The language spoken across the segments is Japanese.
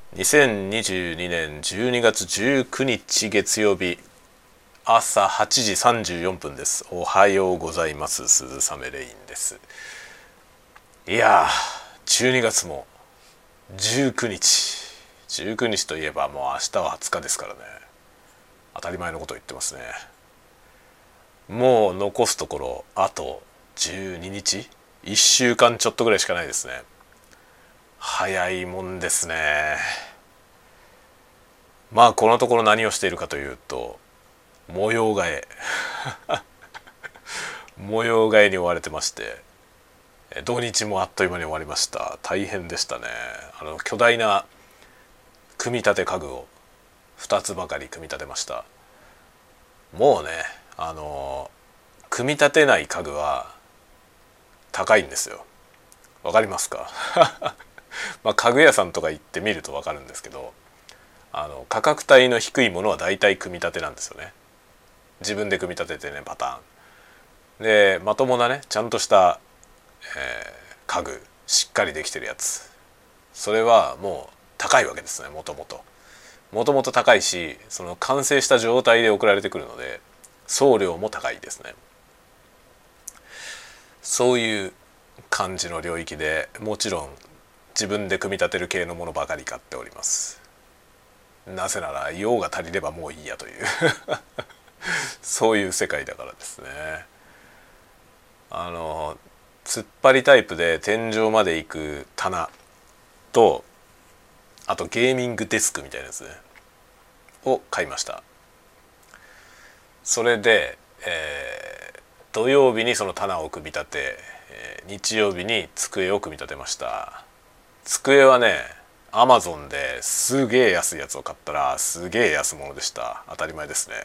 2022年12月19日月曜日朝8時34分です。おはようございます。鈴雨レインです。いやー、12月も19日19日といえばもう明日は20日ですからね。当たり前のことを言ってますね。もう残すところあと12日、1週間ちょっとぐらいしかないですね。早いもんですね。まあこのところ何をしているかというと、模様替え模様替えに追われてまして、土日もあっという間に終わりました。大変でしたね。巨大な組み立て家具を2つばかり組み立てました。もうね、組み立てない家具は高いんですよ。わかりますか？まあ家具屋さんとか行ってみるとわかるんですけど、価格帯の低いものは大体組み立てなんですよね。自分で組み立ててね、パターンでまともなね、ちゃんとした、家具しっかりできてるやつ、それはもう高いわけですね。もともと高いし、その完成した状態で送られてくるので送料も高いですね。そういう感じの領域で、もちろん自分で組み立てる系のものばかり買っております。なぜなら用が足りればもういいやというそういう世界だからですね。突っ張りタイプで天井まで行く棚と、あとゲーミングデスクみたいなやつねを買いました。それで、土曜日にその棚を組み立て、日曜日に机を組み立てました。机はね、アマゾンですげえ安いやつを買ったらすげえ安物でした。当たり前ですね。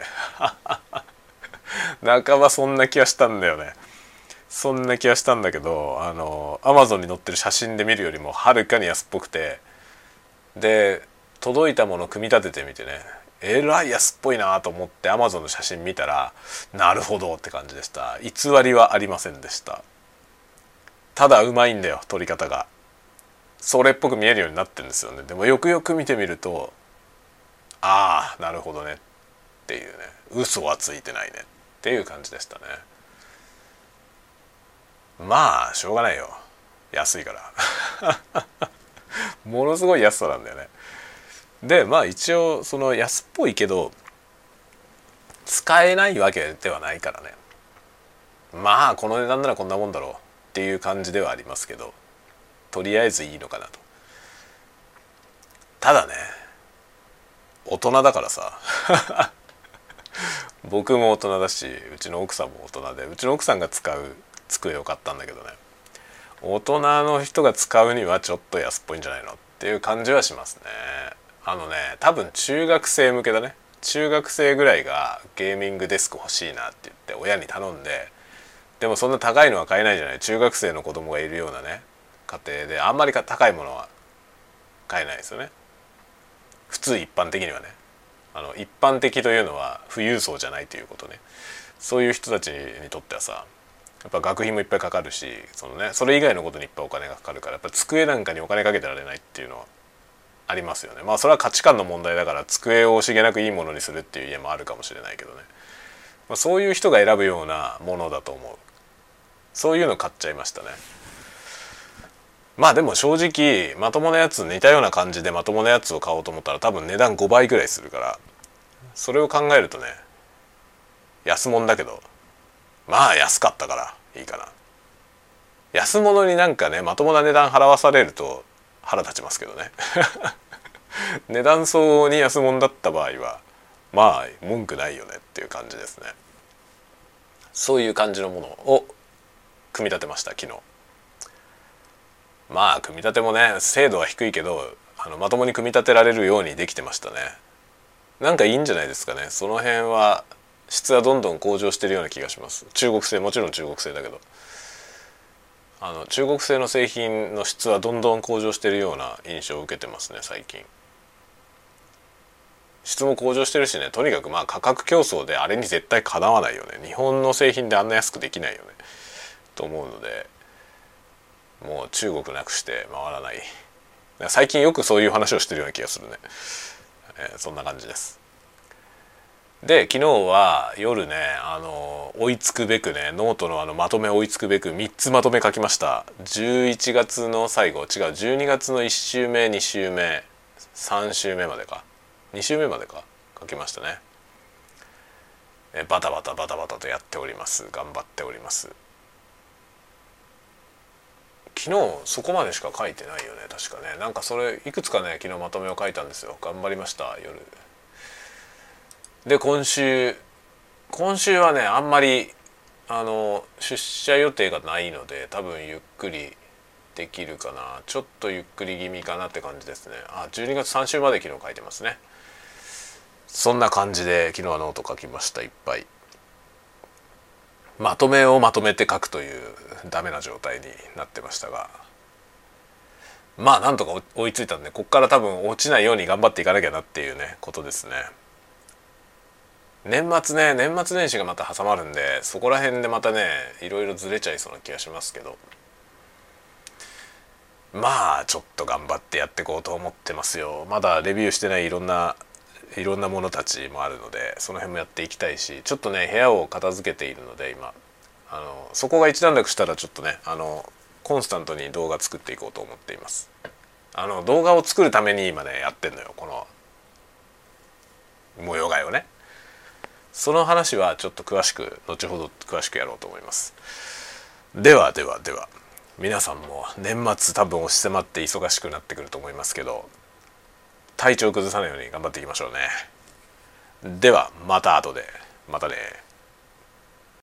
半ばそんな気はしたんだよね。そんな気はしたんだけど、アマゾンに載ってる写真で見るよりもはるかに安っぽくて、で届いたものを組み立ててみてね、えらい安っぽいなと思ってアマゾンの写真見たら、なるほどって感じでした。偽りはありませんでした。ただうまいんだよ、撮り方が。それっぽく見えるようになってるんですよね。でもよくよく見てみると、ああなるほどねっていうね、嘘はついてないねっていう感じでしたね。まあしょうがないよ、安いからものすごい安さなんだよね。でまあ一応その安っぽいけど使えないわけではないからね。まあこの値段ならこんなもんだろうっていう感じではありますけど、とりあえずいいのかなと。ただね、大人だからさ僕も大人だし、うちの奥さんも大人で、うちの奥さんが使う机を買ったんだけどね、大人の人が使うにはちょっと安っぽいんじゃないのっていう感じはしますね。多分中学生向けだね。中学生ぐらいがゲーミングデスク欲しいなって言って親に頼んで、でもそんな高いのは買えないじゃない。中学生の子供がいるようなね家庭であんまり高いものは買えないですよね。普通一般的にはね。一般的というのは富裕層じゃないということね。そういう人たちにとってはさ、やっぱ学費もいっぱいかかるし、そのね、それ以外のことにいっぱいお金がかかるから、やっぱ机なんかにお金かけてられないっていうのはありますよね。まあそれは価値観の問題だから、机を惜しげなくいいものにするっていう家もあるかもしれないけどね、まあ、そういう人が選ぶようなものだと思う。そういうの買っちゃいましたね。まあでも正直まともなやつ、似たような感じでまともなやつを買おうと思ったら多分値段5倍ぐらいするから、それを考えるとね、安物だけどまあ安かったからいいかな。安物になんかね、まともな値段払わされると腹立ちますけどね値段相応に安物だった場合はまあ文句ないよねっていう感じですね。そういう感じのものを組み立てました昨日。まあ組み立てもね、精度は低いけどまともに組み立てられるようにできてましたね。なんかいいんじゃないですかね。その辺は質はどんどん向上してるような気がします。中国製、もちろん中国製だけど、中国製の製品の質はどんどん向上してるような印象を受けてますね最近。質も向上してるしね、とにかくまあ価格競争であれに絶対かなわないよね。日本の製品であんな安くできないよねと思うので、もう中国なくして回らない最近よくそういう話をしてるような気がするね。そんな感じです。で昨日は夜ね追いつくべくねノートのまとめ追いつくべく3つまとめ書きました。11月の最後違う12月の1週目2週目3週目までか2週目までか書きましたね。バタバタバタバタとやっております。頑張っております。昨日そこまでしか書いてないよね確かね。なんかそれいくつかね昨日まとめを書いたんですよ。頑張りました夜で。今週はねあんまり出社予定がないので多分ゆっくりできるかな。ちょっとゆっくり気味かなって感じですね。12月3週まで昨日書いてますね。そんな感じで昨日はノート書きました。いっぱいまとめをまとめて書くというダメな状態になってましたが、まあなんとか追いついたんでこっから多分落ちないように頑張っていかなきゃなっていうねことですね。年末年始がまた挟まるんでそこら辺でまたねいろいろずれちゃいそうな気がしますけど、まあちょっと頑張ってやっていこうと思ってますよ。まだレビューしてないいろんなものたちもあるのでその辺もやっていきたいし、ちょっとね部屋を片付けているので今そこが一段落したらちょっとねコンスタントに動画作っていこうと思っています。動画を作るために今ねやってんのよこの模様替えをね。その話はちょっと後ほど詳しくやろうと思います。では皆さんも年末多分押し迫って忙しくなってくると思いますけど体調崩さないように頑張っていきましょうね。ではまた後でまたね。